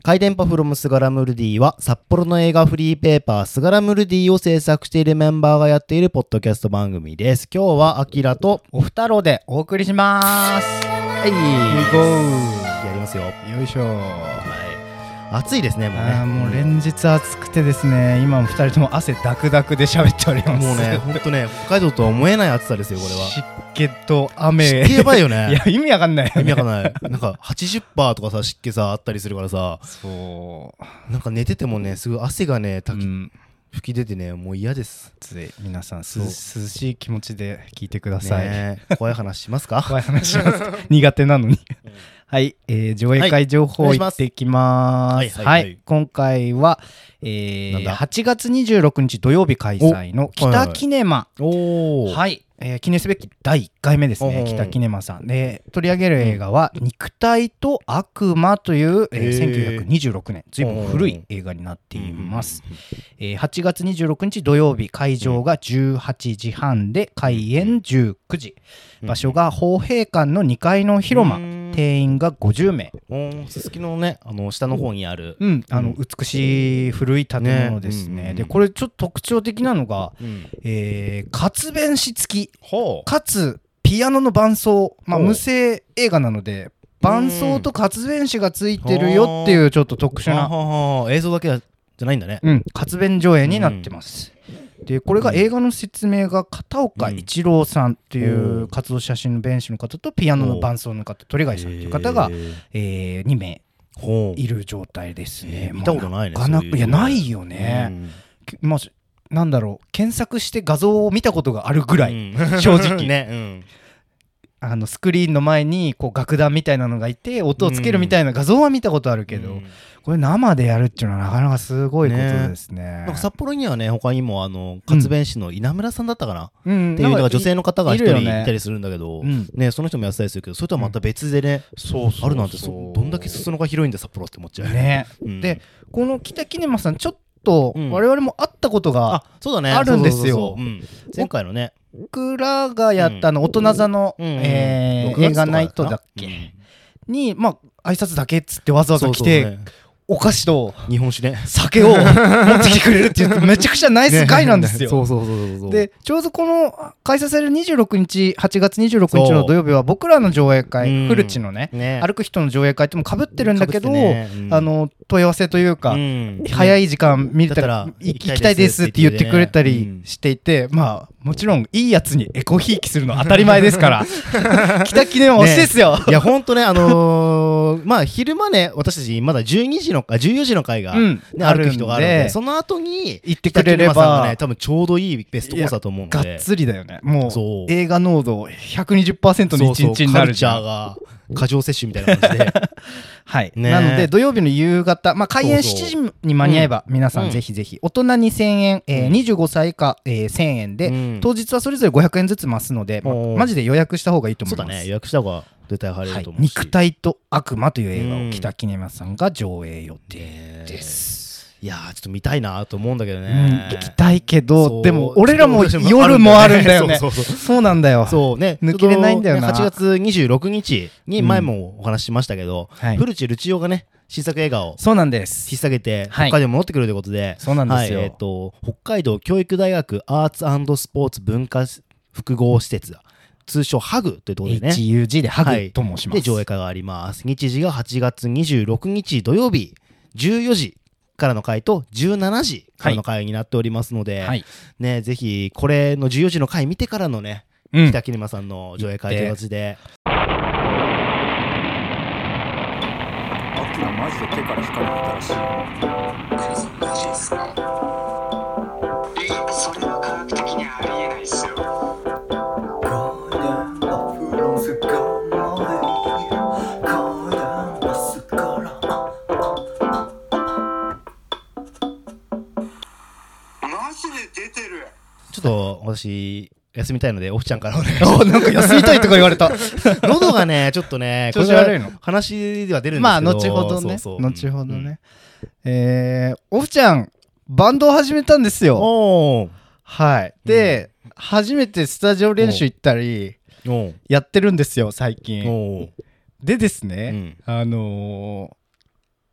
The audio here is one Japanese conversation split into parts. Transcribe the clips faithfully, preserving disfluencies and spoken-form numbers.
回電波フロムスガラムルディは札幌の映画フリーペーパースガラムルディを制作しているメンバーがやっているポッドキャスト番組です。今日はアキラとおふたろうでお送りします。 はい、やりますよ。 よいしょ。 暑いですね、もうね。 あもう連日暑くてですね、今もふたりとも汗ダクダクで喋っております。 もうね、ほんとね、北海道とは思えない暑さですよ、これは。 湿気と雨。 湿気やばいよね。 いや、意味わかんないよね。 意味わかんない。なんか はちじゅっパーセント とかさ、湿気さ、あったりするからさ、 そうなんか寝ててもね、すぐ汗がね、たき、 うん、 吹き出てね、もう嫌です。 暑い。皆さん涼しい気持ちで聞いてください。 ね、怖い話しますか？ 怖い話します。苦手なのに。うんはい、えー、上映会情報いってきます。はい、はいはいはい、今回は、えー、はちがつにじゅうろくにち土曜日開催の北キネマ、はいはい、はい、えー、記念すべきだいいっかいめですね。北キネマさんで取り上げる映画は、うん、肉体と悪魔という、えー、せんきゅうひゃくにじゅうろくねん、ずいぶん古い映画になっています。えー、はちがつにじゅうろくにち土曜日、会場がじゅうはちじはんで開演じゅうくじ、場所が豊平館のにかいの広間、定員がごじゅうめい。 すすきのね、あの下の方にある、 うん、あの美しい古い建物ですね。ね、うん、でこれちょっと特徴的なのが、うん、えー、活弁士付き、かつピアノの伴奏、まあ、無声映画なので伴奏と活弁士がついてるよっていうちょっと特殊な映像だけじゃないんだね。 うん、活弁上映になってます。うん、でこれが映画の説明が片岡一郎さんという活動写真の弁士の方とピアノの伴奏の方鳥貝さんという方が、えー、にめいいる状態ですね。 見たことないね。 なかなかいやないよね。うん、まあなんだろう、検索して画像を見たことがあるぐらい、うん、正直ね、うん、あのスクリーンの前にこう楽団みたいなのがいて音をつけるみたいな画像は見たことあるけど、うん、これ生でやるっていうのはなかなかすごいことですね。 なんか札幌にはね他にもあの活弁士の稲村さんだったかな、うん、っていう女性の方が一人いたりするんだけど、ねね、その人もやってたりするけど、それとはまた別でね、うん、あるなんて、どんだけ裾野が広いんだ札幌って思っちゃうね。 うん、でこの北キネマさんちょっと我々も会ったことがあるんですよ。 前回のね僕らがやったの、うん、大人座の、うんえー、映画ナイトだっけ、うん、にまあ挨拶だけっつってわざわざ来て、そうそう、ね、お菓子と日本酒ね酒を持ってきてくれるっていうめちゃくちゃナイスガイなんですよ。 そうそうそうそう。 でちょうどこの開催されるにじゅうろくにちはちがつにじゅうろくにちの土曜日は僕らの上映会、フルチのね、ね歩く人の上映会ってもかぶってるんだけど、ねうん、あの問い合わせというか、うん、早い時間見れたら行きたいですって言ってくれたりしていて、うん、まあもちろんいいやつにエコひいきするの当たり前ですから北記念は推しですよ。 ね、いやほんとね、あのー、まあ昼間ね私たちまだじゅうにじのじゅうよじの会が、ねうん、歩く人があるので、その後に行ってくれれば、 ね、多分ちょうどいいベストコースだと思うので、 がっつりだよね。もう映画濃度 ひゃくにじゅっパーセント のいちにちになるじゃん。 そうそう、カルチャーが過剰摂取みたいな感じではい、ね、なので土曜日の夕方、まあ、開演しちじに間に合えばそうそう、皆さんぜひぜひ、うん、大人にせんえん、えー、にじゅうごさい以下、えー、せんえんで、うん、当日はそれぞれごひゃくえんずつ増すので、ま、マジで予約した方がいいと思います。 そうだね、予約した方が絶対入れると思うし、 はい、肉体と悪魔という映画を北キネマさんが上映予定です。 いやーちょっと見たいなと思うんだけどね、 うん、行きたいけどでも俺らも夜もあるんだよね。そうそうそうそうなんだよ。 そうね、 抜けれないんだよな。 はちがつにじゅうろくにちに前もお話ししましたけど、うんはい、古地ルチオがね新作映画をそうなんです引っ提げて北海道に戻ってくるということで、はい、 そうなんですよ、 はい、えーと、北海道教育大学アーツ&スポーツ文化複合施設通称ハグというところでねエイチユージー でハグと申します、はい、 で上映会があります。日時がはちがつにじゅうろくにち土曜日じゅうよじからの回とじゅうしちじからの回になっておりますので、はい、ね、ぜひこれのじゅうよじの回見てからのね、うん、北キネマさんの上映会という形で、 アキラマジで手から光が出たらしい。マジですか？え、それは科学的にありえないっすよ。 ちょっと私休みたいのでオフちゃんからお願いします。 なんか休みたいとか言われた喉がねちょっとね調子悪いの話では出るんですけど、 まあ後ほどね、そうそう、後ほどね、うん、えー、オフちゃんバンドを始めたんですよ。おはいで、うん、初めてスタジオ練習行ったりやってるんですよ最近。でですね、うん、あのー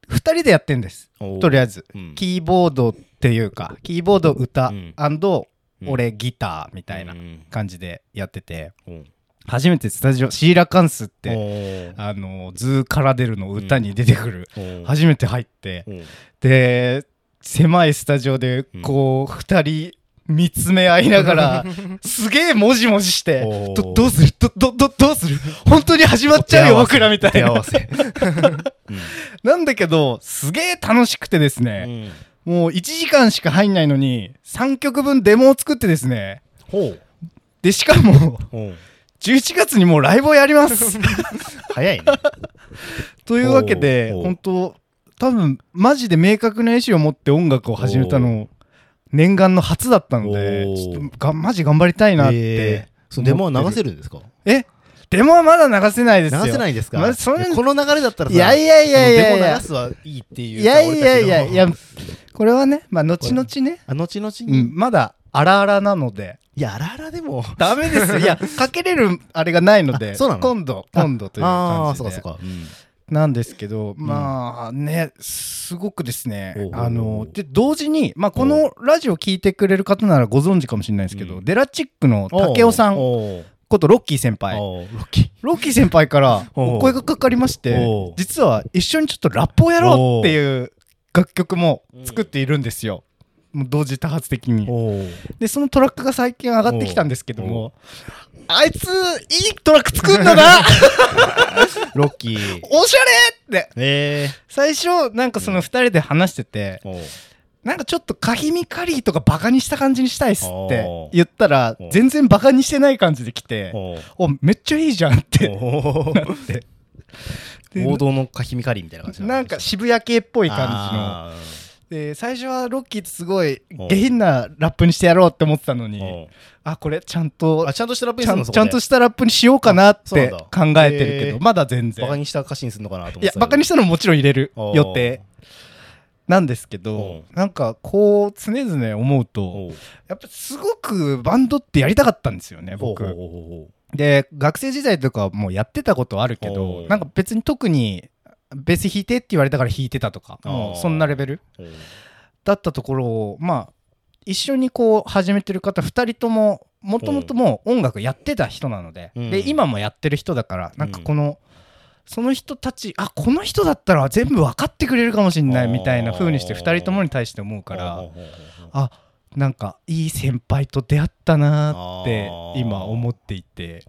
ふたりでやってんです。とりあえず、うん、キーボードっていうかキーボード歌、うん、俺ギターみたいな感じでやってて、うん、初めてスタジオシーラカンスってあのズーから出るの歌に出てくる、うん、初めて入って、うん、で狭いスタジオでこうふたり見つめ合いながらすげえもじもじしてど, どうする ど, ど, ど, どうする本当に始まっちゃうよ僕らみたいななんだけどすげえ楽しくてですね、うん、もういちじかんしか入んないのにさんきょくぶんデモを作ってですね、ほうでしかもじゅういちがつにもうライブをやります早いねというわけで本当多分マジで明確な意思を持って音楽を始めたの念願の初だったのでちょっとがマジ頑張りたいなって、えー、 そのデモは流せるんですか？ えデモはまだ流せないですよ。 流せないですか？ まあ、 それこの流れだったらさ、 いやいやいやいやいやデモ流すはいいっていう。 いやいやいやいやこれはね、まあ後々ね、 あ後々に、 うん、まだ荒々なので。 いや荒々でもダメですよ。いやかけれるあれがないのでそうなの今度今度という感じで。 ああそうかそうか。うん、 なんですけど、まあね、すごくですね、あので同時に、まあ、このラジオ聞いてくれる方ならご存知かもしれないですけど、デラチックの竹雄さんことロッキー先輩、ロッキー、ロッキー先輩からお声がかかりまして、実は一緒にちょっとラップをやろうっていう楽曲も作っているんですよ。もう同時多発的に。でそのトラックが最近上がってきたんですけども、あいついいトラック作るんだなロッキーおしゃれって、 えー、 最初なんかそのふたりで話してて、うん、なんかちょっとカヒミカリーとかバカにした感じにしたいっすって言ったら全然バカにしてない感じで来て、おめっちゃいいじゃんってなって王道のカヒミカリーみたいな感じなんか渋谷系っぽい感じので最初はロッキーってすごい下品なラップにしてやろうって思ってたのにあこれちゃんとあちゃんとしたラップにするのちゃんとしたラップにしようかなって考えてるけどまだ全然バカにした歌詞にするのかなと思っていやバカにしたのももちろん入れる予定なんですけどなんかこう常々思うとやっぱすごくバンドってやりたかったんですよね僕で学生時代とかもやってたことあるけどなんか別に特にベース弾いてって言われたから弾いてたとかもうそんなレベルだったところをまあ一緒にこう始めてる方ふたりとももともともう音楽やってた人なので、うん、で今もやってる人だからなんかこの、うん、その人たちあこの人だったら全部分かってくれるかもしれないみたいな風にしてふたりともに対して思うからあなんかいい先輩と出会ったなって今思っていて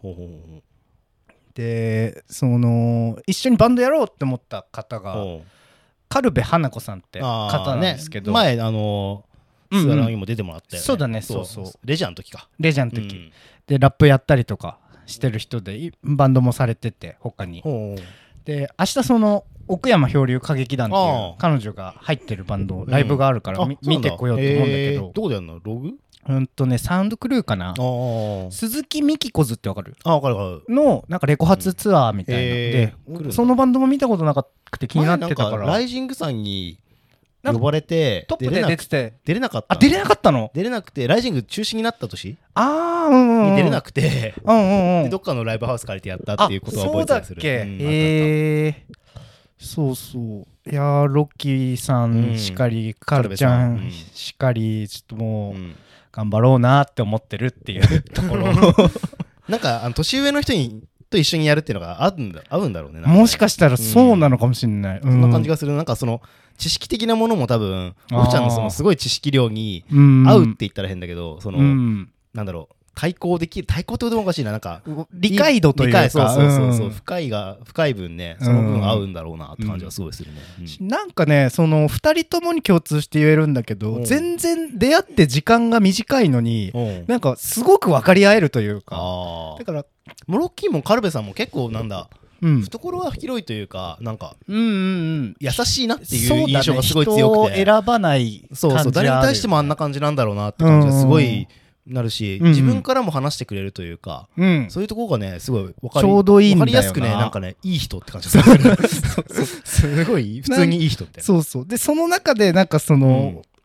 でその一緒にバンドやろうって思った方が軽部花子さんって方なんですけど、 ね、前あのー、スガラにも出てもらったよね、 うんうん、そうだねそうそうレジャーの時かレジャーの時、うん、でラップやったりとかしてる人でバンドもされてて他にで明日その奥山漂流歌劇団っていう彼女が入ってるバンドライブがあるから、うん、見てこようと思うんだけど、 えー、どこでやるのログうんとねサウンドクルーかな鈴木美希子ズってわかるあわかるわかるのなんかレコ発ツアーみたいな、うんえー、でそのバンドも見たことなくて気になってたからライジングさんに呼ばれてトップで出てて出れなかったあ出れなかったの出れなくてライジング中止になった年あー、うんうん、 に出れなくてうんうん、うん、 でどっかのライブハウス借りてやったっていうことは覚えてたりするそうだっけ、うん、えーそうそういやーロッキーさんしかり、うん、カルちゃんしかりちょっともう、うん、頑張ろうなって思ってるっていうところなんかあの年上の人にと一緒にやるっていうのが合うんだ合うんだろうねもしかしたらそうなのかもしれない、 うん、そんな感じがするなんかその知識的なものも多分おふちゃんのそのすごい知識量に合うって言ったら変だけどその、うん、なんだろう対抗できる対抗ってこともおかしいななんか理解度というかそうそうそうそう、うん、深いが深い分ねその分合うんだろうなって感じはすごいするね、 うんうん、なんかねそのふたりともに共通して言えるんだけど、うん、全然出会って時間が短いのに、うん、なんかすごく分かり合えるというかだからモロッキーもカルベさんも結構なんだ、うん、懐は広いというかなんか、うんうんうん、優しいなっていう印象がすごい強くて、ね、人を選ばない感じそうそう誰に対してもあんな感じなんだろうなって感じがすごいなるし、うんうん、自分からも話してくれるというか、うん、そういうところがねすごい分かり、 ちょうどいいんだよな分かりやすくねなんかねいい人って感じがするすごい普通にいい人ってそうそうでその中でなんかその、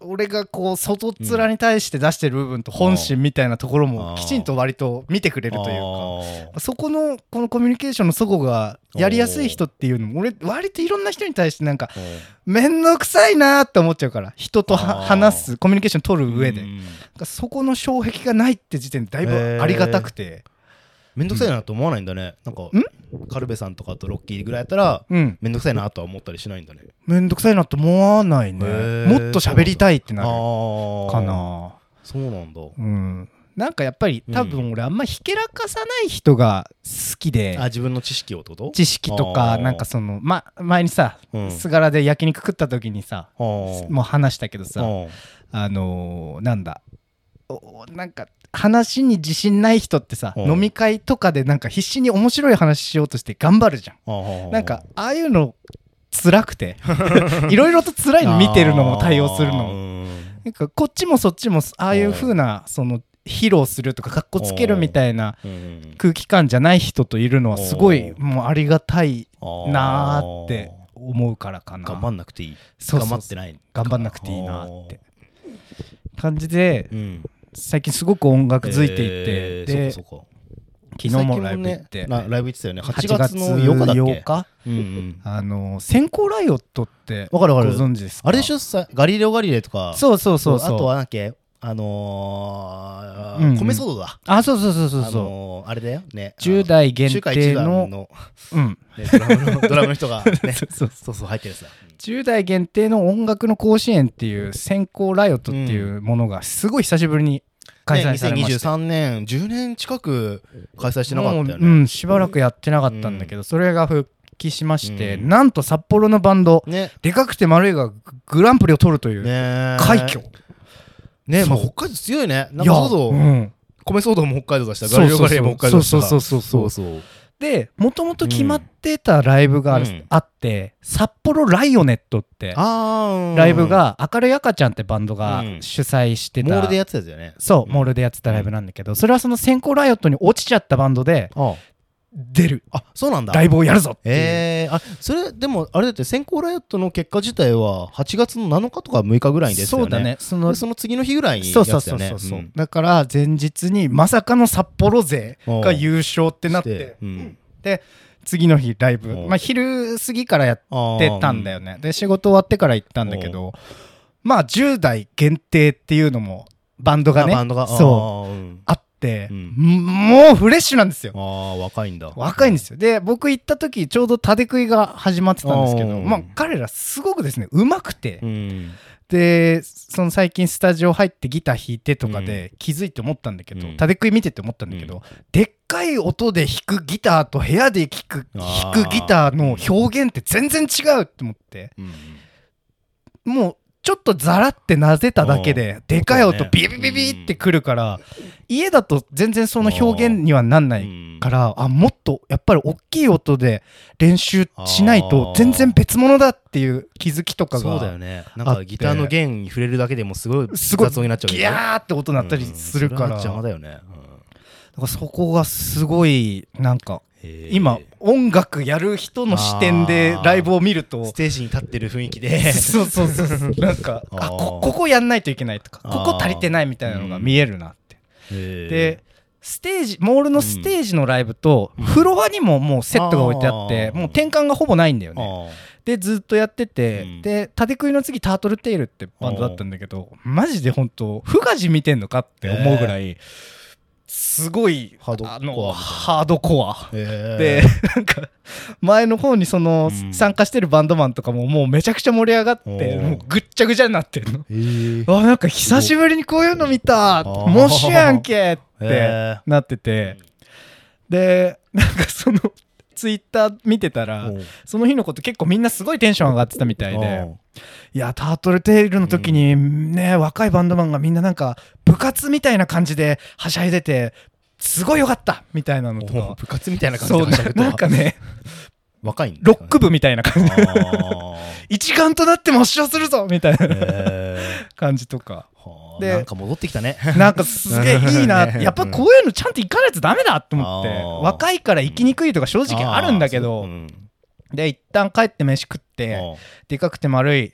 俺がこう外面に対して出してる部分と本心みたいなところもきちんと割と見てくれるというか、そこのこのコミュニケーションの齟齬がやりやすい人っていうのも俺割といろんな人に対してなんかめんどくさいなって思っちゃうから、人と話すコミュニケーション取る上でそこの障壁がないって時点でだいぶありがたくて、 めんどくさいなと思わないんだね。なんかカルベさんとかとロッキーぐらいやったら、うん、めんどくさいなとは思ったりしないんだね。 めんどくさいなと思わないね。もっと喋りたいってなるかな。 そうなんだ。 うん。なんかやっぱり多分俺あんまひけらかさない人が好きで、 うん、あ自分の知識をってこと？ 知識とかなんかその、ま、前にさ、うん、すがらで焼肉食った時にさもう話したけどさ、あのー、なんだなんか話に自信ない人ってさ、飲み会とかでなんか必死に面白い話しようとして頑張るじゃん。なんかああいうの辛くていろいろと辛いの見てるのも対応するのなんかこっちもそっちもああいう風なその披露するとかかっこつけるみたいな空気感じゃない人といるのはすごいもうありがたいなーって思うからかな。 頑張んなくていい。 そうそう頑張ってない。 頑張んなくていいなって感じで、うん、最近すごく音楽づいていって、えー、でそうかそうか昨日もライブ行って、 ね、ライブ行ってたよね。はちがつのようかだっけ。ようか、 うんうん、あの先行ライオットってご存知ですか？ あれでしょ、さガリレオガリレイとか。 そうそうそうそう。 あとはなんだっけ、あのーうんうん、米騒動だ。 あ、そうそうそうそうそう、 あのー、あれだよね。 じゅう代限定の、のうんね、ドラムのドラムの人がねそうそうそう入ってるさ。 じゅう代限定の音楽の甲子園っていう先行ライオットっていうものがすごい久しぶりに開催されまして、ね、 にせんにじゅうさんねんじゅうねん近く開催してなかったよね。 うん、しばらくやってなかったんだけど、うん、それが復帰しまして、うん、なんと札幌のバンド、ね、でかくて丸いがグランプリを取るという快挙ね。まあ、北海道強いね。なんかそうそう、うん、米騒動も北海道だした、ガリレオガリレイも北海道だした。 そうそうそうそうそう。でもともと決まってたライブが あ,、うん、あって札幌ライオネットってライブが明るい赤ちゃんってバンドが主催してた、 うん、モールでやってたやつだよね。 そう、モールでやってたライブなんだけど、うん、それはその先行ライオットに落ちちゃったバンドで出る、 あ、そうなんだ、 ライブをやるぞっていう。 えー、あ、それでもあれだって先行ライオットの結果自体ははちがつのなのかとかむいかぐらいにですよね。 そうだね。 その、その次の日ぐらいにやってたよね。そうそうそうそう、うん、 だから前日にまさかの札幌勢が優勝ってなって、うん、で次の日ライブ、まあ、昼過ぎからやってたんだよね。で仕事終わってから行ったんだけど、まあじゅう代限定っていうのもバンドがね、 バンドがそう、うん、あって、うん、もうフレッシュなんですよ。 あ、若いんだ。 若いんですよ。で僕行った時ちょうどタデ食いが始まってたんですけど、まあ、彼らすごくですねうまくて、うん、でその最近スタジオ入ってギター弾いてとかで気づいて思ったんだけど、うん、タデ食い見てて思ったんだけど、うん、でっかい音で弾くギターと部屋で弾く弾くギターの表現って全然違うって思って、うん、もうちょっとザラってなぜただけででかい音ビビビビってくるから、家だと全然その表現にはなんないから、あ、もっとやっぱり大きい音で練習しないと全然別物だっていう気づきとかが。 そうだよね。なんかギターの弦に触れるだけでもすごい雑音になっちゃう。 ギャーって音鳴ったりするから、 邪魔だよね。 だからそこがすごいなんか今音楽やる人の視点でライブを見るとステージに立ってる雰囲気でそうそうそうなんかあ こ, ここやんないといけないとかここ足りてないみたいなのが見えるなって、うん、でステージモールのステージのライブと、うん、フロアにももうセットが置いてあって、うん、もう転換がほぼないんだよね。でずっとやってて、うん、でタデ食いの次タートルテイルってバンドだったんだけど、マジで本当フガジ見てんのかって思うぐらい、すごいハードコア、 あのハードコア、えー、でなんか前の方にその、うん、参加してるバンドマンとかももうめちゃくちゃ盛り上がってもうぐっちゃぐちゃになってるの、えー、あ、なんか久しぶりにこういうの見たもしやんけってなってて、でなんかそのツイッター見てたらその日のこと結構みんなすごいテンション上がってたみたいで、いやタートルテイルの時にね、うん、若いバンドマンがみんななんか部活みたいな感じではしゃいでてすごいよかったみたいなのとか、 部活みたいな感じではしゃいでてなんかね若いんだ、 ロック部みたいな感じ一丸となって抹消するぞみたいな感じとかで、なんか戻ってきたねなんかすげえいいなやっぱこういうのちゃんと行かないとダメだって思って、若いから行きにくいとか正直あるんだけど、うん、で一旦帰って飯食ってでかくて丸い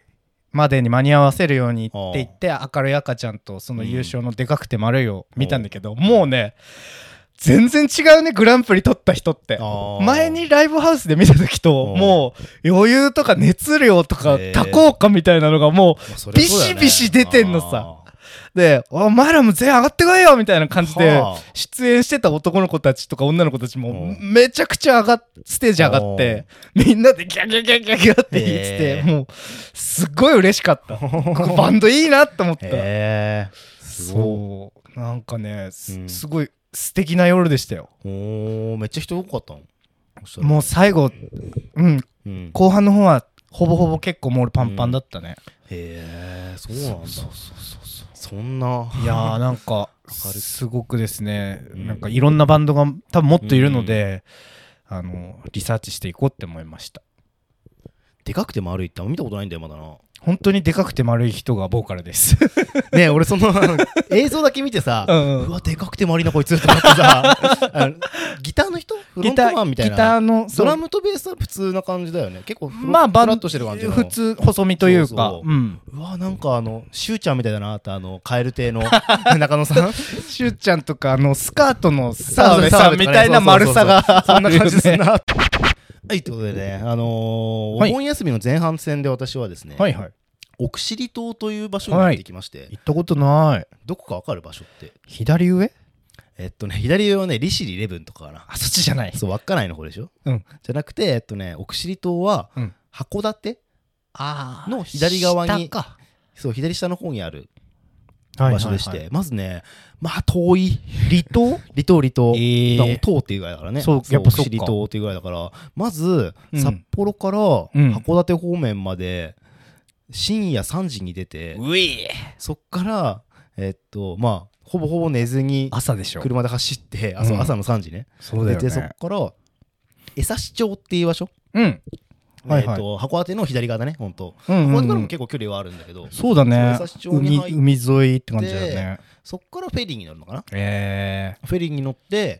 までに間に合わせるようにって言って明るい赤ちゃんとその優勝のでかくて丸いを見たんだけど、もうね全然違うね、グランプリ取った人って。前にライブハウスで見た時ともう余裕とか熱量とか多幸感みたいなのがもうビシビシ出てんのさ。で、お前らも全員上がってこいよみたいな感じで出演してた男の子たちとか女の子たちもめちゃくちゃ上がっステージ上がってみんなでギャギャギャギャギャって言ってて、もうすっごい嬉しかった。バンドいいなって思った。そうなんかね、すごい素敵な夜でしたよ。 おー、めっちゃ人多かったの？ もう最後、うん、うん、後半の方はほぼほぼ結構モールパンパンだったね。 うん、へえ、そうなんだ。そうそうそうそう、そんな。 いやーなんかすごくですね、うん、なんかいろんなバンドが多分もっといるので、うん、あのリサーチしていこうって思いました。 でかくて丸いってあんま見たことないんだよまだな。 本当にでかくて丸い人がボーカルですねえ、俺その映像だけ見てさ、うん、うん、うわでかくて丸いなこいつって思ってさあのギターの人フロントマンみたいな、 ギターのドラムとベースは普通な感じだよね。結構フロ、 まあ、バンフラッとしてる感じの普通細身というか、そうそう、うん、 うわなんかあのシューちゃんみたいだなって、あのカエル亭の中野さんシューちゃんとかあのスカートの澤部さんみたいな丸さがそんな感じですなはい、ということでね、あのーはい、お盆休みの前半戦で私はですね、はいはい、奥尻島という場所に行ってきまして、はい、 行ったことない。 どこか分かる場所って？ 左上？ えっとね、左上はね、利尻レブンとかかな。 あ、そっちじゃない。 そう、稚内の方でしょ。うん。じゃなくて、えっとね、奥尻島は、うん、函館の左側に、下か。そう、左下の方にある場所でして、はいはいはい、まずね、まあ遠い離島離島離島、えー、島っていうぐらいだからね。 そう、やっぱそうか。 離島っていうぐらいだから、まず、うん、札幌から函館方面まで深夜さんじに出て、 ういそっからえっとまあほぼほぼ寝ずに朝でしょ、 車で走って、あ、そう、朝のさんじね。 そうだよね。 でそっから江差町っていう場所、 うん、はいはい、 えー、と函館の左側だね、本当。うんうんうん、函館からも結構距離はあるんだけど、 そうだね。海、海沿いって感じだよね。 そっからフェリーに乗るのかな。 えー、 フェリーに乗って、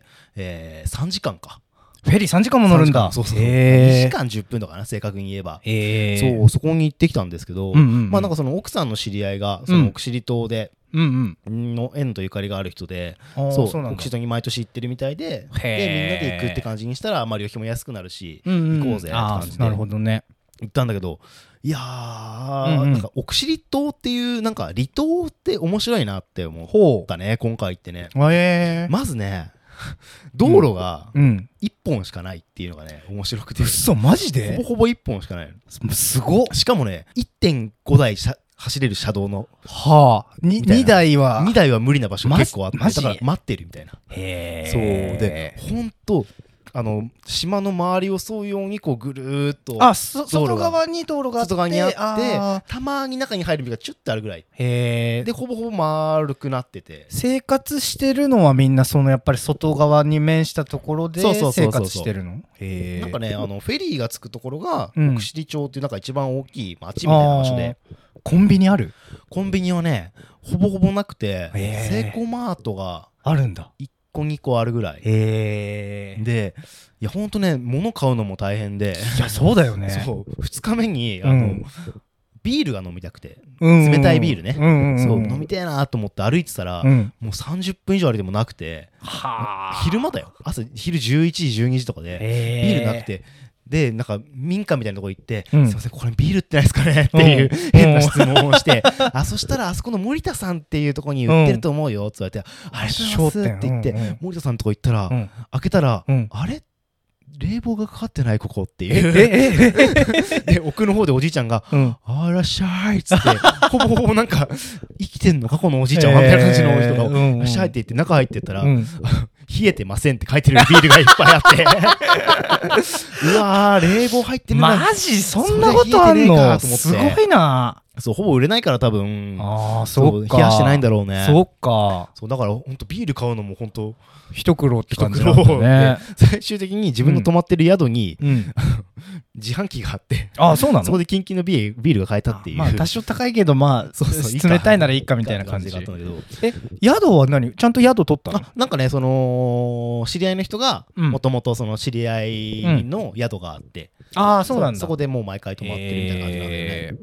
えー、さんじかんか。 フェリーさんじかんも乗るんだ。 そうそうそう、えー、にじかんじゅっぷんとかな、正確に言えば、 えー、 そう、そこに行ってきたんですけど、うんうんうん、まあなんかその奥さんの知り合いがその奥尻島で、うんうん、の縁とゆかりがある人で、そう、そう奥尻島に毎年行ってるみたいで、でみんなで行くって感じにしたら、まあ、旅費も安くなるし、うんうん、行こうぜって感じで、 なるほどね、 行ったんだけど、いやー、うんうん、なんか奥尻島っていうなんか離島って面白いなって思ったね、今回行ってね。 えー、 まずね、道路がいっぽんしかないっていうのがね面白くて、 嘘マジでほぼほぼいっぽんしかないの。 すごっ。 しかもね いってんご 台走れる車道の、 はあ、にだいはにだいは無理な場所結構あって、 だから待ってるみたいな。 へえ。 そうで、ほんとあの島の周りを沿うようにこうぐるーっと、 あ、外側に道路があって、 外側にあって、たまに中に入る道がチュッてあるぐらい。 へー。 でほぼほぼ丸くなってて、 生活してるのはみんなそのやっぱり外側に面したところで生活してるの？へー。 なんかね、あのフェリーが着くところが奥尻町っていうなんか一番大きい町みたいな場所で、 コンビニある？ コンビニはねほぼほぼなくて、セイコーマートがあるんだ。 いっこにこあるぐらい。 へー。 で、いやほんとね、物買うのも大変で、 いやそうだよね。 そうふつかめにあの、うん、ビールが飲みたくて、冷たいビールね、うんうんうん、そう飲みたいなと思って歩いてたら、うん、もうさんじゅっぷん以上歩いてもなくて、は昼間だよ、朝昼じゅういちじじゅうにじとかでビールなくて、でなんか民家みたいなとこ行って、うん、すいませんこれビールってないですかねっていう、うん、変な質問をして、あそしたらあそこの森田さんっていうとこに売ってると思うよって言われて、うん、ありがとうございますって言って、うんうん、森田さんのとこ行ったら、うん、開けたら、うん、あれ冷房がかかってないここっていうで奥の方でおじいちゃんが、うん、あらっしゃいっつってほぼほぼなんか生きてんの過去のおじいちゃんみたいな感じの人が、えー、いらっしゃいって言って中入ってったら、うん、冷えてませんって書いてるビールがいっぱいあってうわー冷房入ってるな、マジそんなことあんの？すごいな。 そうほぼ売れないから多分、 あーそうか、 冷やしてないんだろうね。 そうか。 そうだからほんとビール買うのもほんと一苦労って感じなんだね。 最終的に自分の泊まってる宿に、うん、自販機があって、 あ、そうなの？ そこでキンキンのビール、ビールが買えたっていう。 まあ多少高いけどまあそうそう冷たいならいいかみたいな感じがあったんだけど。え、宿は何？ちゃんと宿取ったの？ あ、なんかね、その知り合いの人がもともとその知り合いの宿があって、 うん、ああそうなんだ。 そこでもう毎回泊まってるみたいな感じなんでね。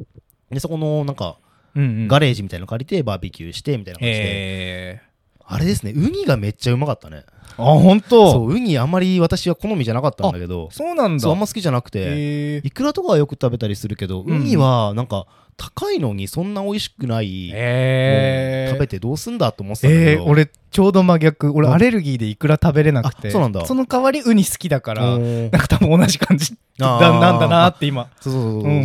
でそこのなんか、 うんうん、 ガレージみたいなの借りてバーベキューしてみたいな感じで、 えー、あれですね、ウニがめっちゃうまかったね。 あ、本当。 そう、ウニあんまり私は好みじゃなかったんだけど、 そうなんだ。 そうあんま好きじゃなくて、イクラとかはよく食べたりするけど、うん、ウニはなんか高いのにそんな美味しくない、 えー、 食べてどうすんだと思ってたんだけど、 えー、俺ちょうど真逆。俺アレルギーでイクラ食べれなくて、 そうなんだ。 その代わりウニ好きだからなんか多分同じ感じだなんだなって今。 そうそうそうそう、うん、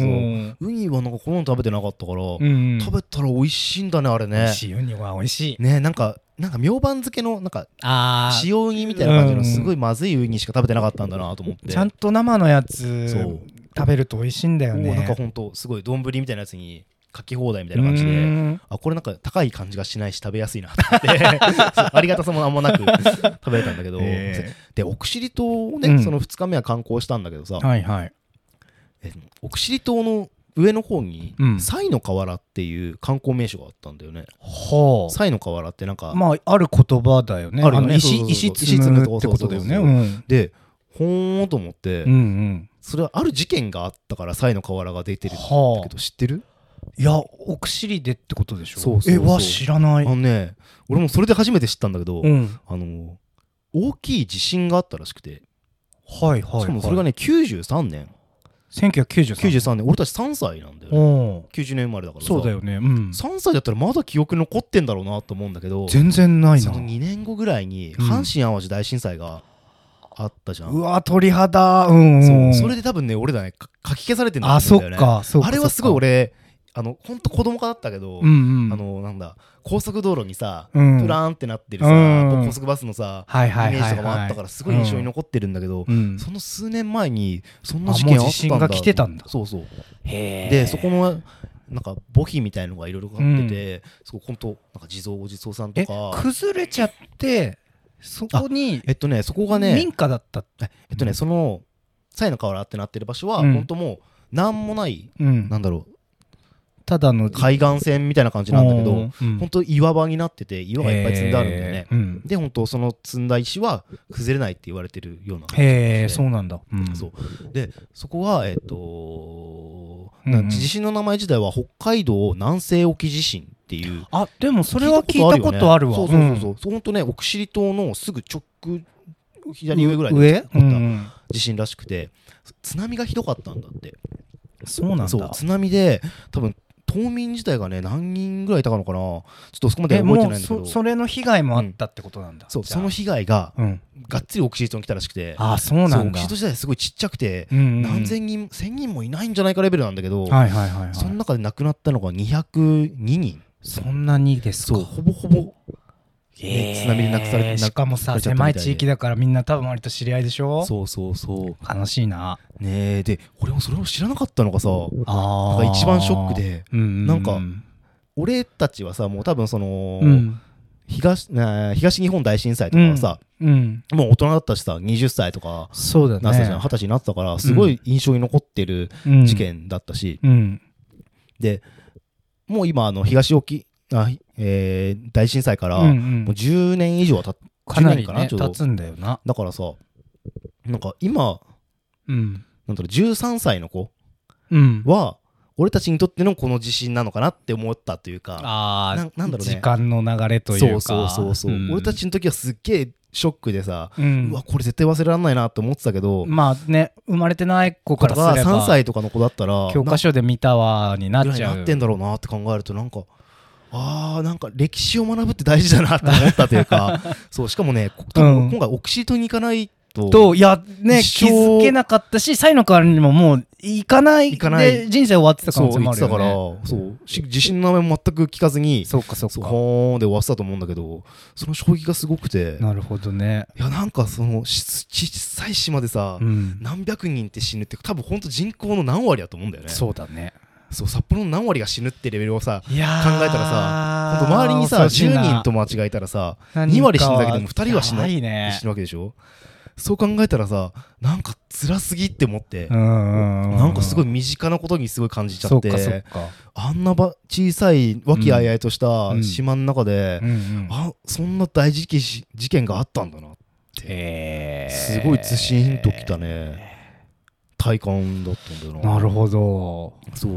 ウニはなんかこの食べてなかったから、うん、食べたら美味しいんだねあれね。 美味しい、ウニは美味しいね。なんかなんか明晩漬けのなんか塩ウニみたいな感じのすごいまずいウニしか食べてなかったんだなと思って、 ちゃんと生のやつ食べると美味しいんだよね。 なんかほんとすごい丼みたいなやつにかき放題みたいな感じで、あこれなんか高い感じがしないし食べやすいなと思ってありがたさもあんまなく食べれたんだけど、えー、で奥尻島をね、うん、そのふつかめは観光したんだけどさ、 はいはい、 え奥尻島の上の方に賽の河原っていう観光名所があったんだよね。 はあ、 賽の河原ってなんかまあある言葉だよね。 あるよね。 石積むってことだよね。うん、 でほーんと思って、うんうん、それはある事件があったから賽の河原が出てるんだけど、はあ、知ってる？ いや奥尻でってことでしょ。 そうそうそう。 えわ知らない。 あのね俺もそれで初めて知ったんだけど、うん、あの大きい地震があったらしくて、 はいはいはい、 しかもそれがねきゅうじゅうさんねんせんきゅうひゃくきゅうじゅうさんねん、 きゅうじゅうさんねん俺たちさんさいなんだよね。きゅうじゅうねん生まれだからさ。 そうだよね、うん、 さんさいだったらまだ記憶残ってんだろうなと思うんだけど、 全然ないな。 そのにねんごぐらいに阪神・淡路大震災があったじゃん、 うん、うわ鳥肌、うんうん、 そうそれで多分ね俺らねか書き消されてんだと思うんだよね。 あそっかそうか。 あれはすごい俺あのほんと子供化だったけど、うんうん、あのなんだ高速道路にさ、うん、プラーンってなってるさ、うん、高速バスのさ、はいはいはいはい、イメージとかもあったからすごい印象に残ってるんだけど、うん、その数年前にそんな事件あったんだ。 地震が来てたんだ。 そうそう。へー。でそこのなんか墓碑みたいのがいろいろかかってて、うん、そこ本当なんか地蔵お地蔵さんとか崩れちゃってそこにえっとねそこがね民家だった。 えっとねその賽の河原ってなってる場所は、うん、本当もうなんもない、うん、なんだろうただの海岸線みたいな感じなんだけど、うん、本当岩場になってて岩がいっぱい積んであるんだよね、うん、で本当その積んだ石は崩れないって言われてるような感じへえそうなんだ、うん、 そうでそこはえっ、ー、と、うんうん、地震の名前自体は北海道南西沖地震っていうあでもそれは聞いたことあるわ。 そうそうそうそう、うん、本当ね奥尻島のすぐ直左上ぐらいで起こった地震らしくて、津波がひどかったんだって。 そうなんだ。 そう津波で多分島民自体がね何人ぐらいいたかのかなちょっとそこまで覚えてないんだけどそ, それの被害もあったってことなんだ、 うん、そうその被害が、うん、がっつり奥尻島に来たらしくて、 あそうなんだ。 奥尻島自体すごいちっちゃくて、うんうん、何千人千人もいないんじゃないかレベルなんだけど、はいはいはいはい、その中で亡くなったのがにひゃくににん。 そんなにですか。 そうほぼほぼね、津波で亡くされて、 しかもさ狭い地域だからみんな多分割と知り合いでしょ。 そうそうそう悲しいなねえ。で俺もそれを知らなかったのがさなんか一番ショックで、うんうん、なんか俺たちはさもう多分その、うん、東, 東日本大震災とかはさ、うんうん、もう大人だったしさはたちとかそうだねなったじゃんはたちになってたからすごい印象に残ってる事件だったし、うんうん、でもう今あの東沖あえー、大震災からもうじゅうねん以上はたっかなりね経つんだよな。 だからさなんか今、うん、なんだろうじゅうさんさいの子は、うん、俺たちにとってのこの地震なのかなって思ったというか、 あな, なんだろうね時間の流れというかそうそうそうそう、うん、俺たちの時はすっげえショックでさ、うん、うわこれ絶対忘れられないなって思ってたけど、 まあね生まれてない子からすればさんさいとかの子だったら教科書で見たわになっちゃうなってんだろうなって考えるとなんかあーなんか歴史を学ぶって大事だなって思ったというかそうしかもね多分今回奥尻島に行かないと、 といやね気づけなかったし賽の代わりにももう行かないで人生終わってた可能性もあるよね。 そう言ってたからそう地震の名前も全く聞かずにそうかそうかほーんで終わってたと思うんだけどその衝撃がすごくて。 なるほどね。 いやなんかその小さい島でさ、うん、何百人って死ぬって多分ほんと人口の何割だと思うんだよね。 そうだね。 そう札幌の何割が死ぬってレベルをさ考えたらさほんと周りにさじゅうにんと間違えたらさに割死ぬだけでもふたりは死ぬ、ね、死ぬわけでしょ。そう考えたらさなんか辛すぎって思ってなんかすごい身近なことにすごい感じちゃってあんなば小さい和気あいあいとした島の中で、うんうん、あそんな大事件事件があったんだなって、えー、すごいズシンときたね体感だったんだよな。 なるほど。 そう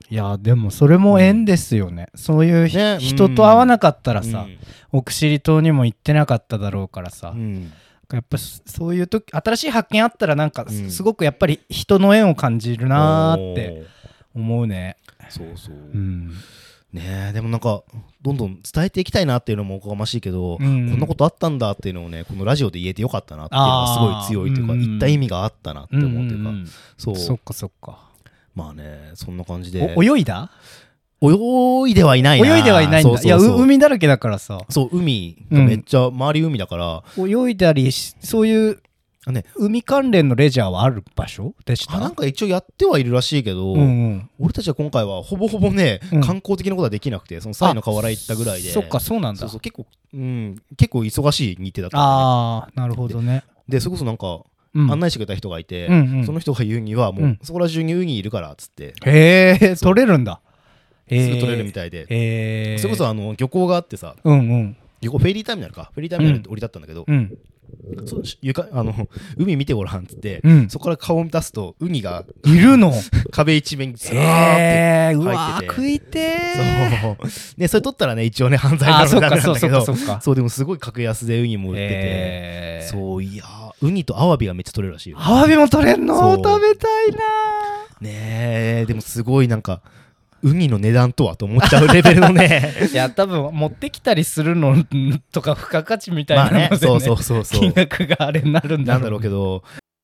いやでもそれも縁ですよね、うん、そういう、ね、人と会わなかったらさ、うん、奥尻島にも行ってなかっただろうからさ、うん、やっぱそういう時新しい発見あったらなんかすごくやっぱり人の縁を感じるなーって思うね。 そうそう、うん、ねえでもなんかどんどん伝えていきたいなっていうのもおこがましいけど、うん、こんなことあったんだっていうのをねこのラジオで言えてよかったなっていうのがすごい強いというか、うんうん、言った意味があったなって思うというか、うんうん、そうそっかそっかまあねそんな感じで泳いだ泳いではいないな泳いではいないんだ。そうそうそう、いや海だらけだからさ。 そう海がめっちゃ周り海だから、 うん、泳いだりそういうね、海関連のレジャーはある場所でした？ あなんか一応やってはいるらしいけど、うんうん、俺たちは今回はほぼほぼね、うん、観光的なことはできなくてそのサイの河原行ったぐらいでそっかそうなんだそうそう結構、うん、結構忙しい日程だった、ね、 ああなるほどね。 でそれこそなんか、うん、案内してくれた人がいて、うんうん、その人が言うにはもう、うん、そこら中にウニいるからっつってへえ取れるんだすぐ取れるみたいで、えー、それこそあの漁港があってさ、 うんうん、 漁港フェリーターミナルかフェリーターミナルって降り立ったんだけど、うんそう床あの海見てごらんっつって、うん、そこから顔を出すとウニがいるの壁一面にずらーって入ってて、えー、うわ食いてーそうでそれ取ったらね一応ね犯罪なのダメなんだけどそうでもすごい格安でウニも売ってて、えー、そういやウニとアワビがめっちゃ取れるらしいよ。 アワビも取れんの食べたいなねえでもすごいなんかウニの値段とはと思っちゃうレベルのねいや多分持ってきたりするのとか付加価値みたいなので、ねまあね、そうそうそうそう金額があれになるんだろう、 なんだろうけど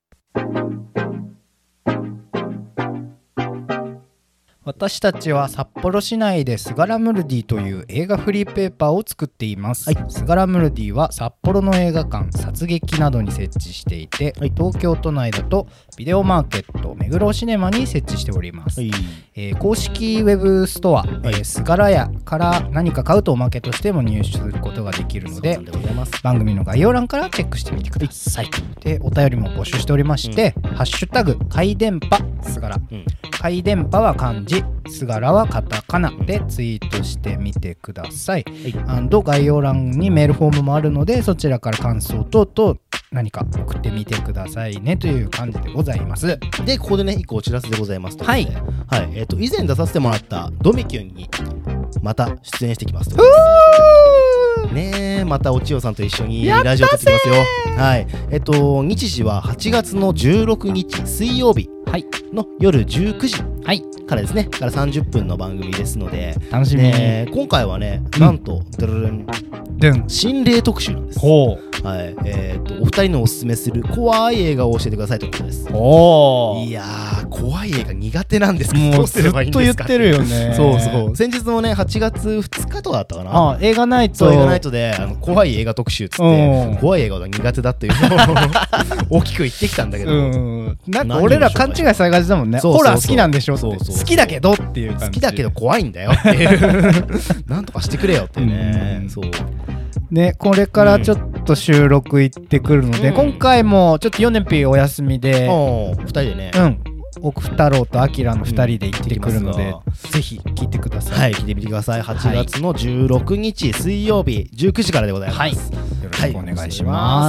私たちは札幌市内でスガラムルディという映画フリーペーパーを作っています、はい、スガラムルディは札幌の映画館殺撃などに設置していて、はい、東京都内だとビデオマーケット目黒シネマに設置しております、はいえー、公式ウェブストア、はいえー、スガラ屋から何か買うとおまけとしても入手することができるの で, で番組の概要欄からチェックしてみてください、はい、でお便りも募集しておりまして、うん、ハッシュタグ回電波スガラ、うん、回電波は漢字スガラはカタカナでツイートしてみてください、はい、概要欄にメールフォームもあるのでそちらから感想等々何か送ってみてくださいねという感じでございます。 でここでね一個お知らせでございますと、はい、はい、えーと以前出させてもらったドミキュンにまた出演してきますとねえまたお千代さんと一緒にラジオ撮ってきますよ。はいえっ、ー、と日時ははちがつのじゅうろくにち水曜日の夜じゅうくじからですね、からさんじゅっぷんの番組ですので楽しみ、 ね、今回はね、うん、なんとドルルン心霊特集なんです。ほう、はいえー、とお二人のおすすめする怖い映画を教えてくださいということです。おいやー怖い映画苦手なんですけどどうすればいいんですか。 ずっと言ってるよねそうそう先日もねはちがつふつかとかだったかなあ映画ナイトそう映画ナイトであの怖い映画特集っつって怖い映画が苦手だっていうのを大きく言ってきたんだけどうんなんか俺ら勘違いされがちだもんね。ホラー好きなんでしょってそうそうそう好きだけどっていう感じ好きだけど怖いんだよっていうなんとかしてくれよっていうね、うん、そうね、これからちょっと収録行ってくるので、うん、今回もちょっとヨネピーお休みでふたりでね、 うん、奥太郎とアキラのふたりで行ってくるので、うん、ぜひ聞いてください。 はい聞いてみてください。はちがつのじゅうろくにち水曜日じゅうくじからでございます、はい、よろしくお願いします。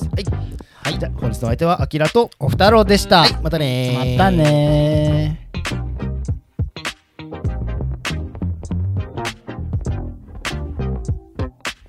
はい、はい、じゃあ本日の相手はアキラとお太郎でした、はい、 またねまたね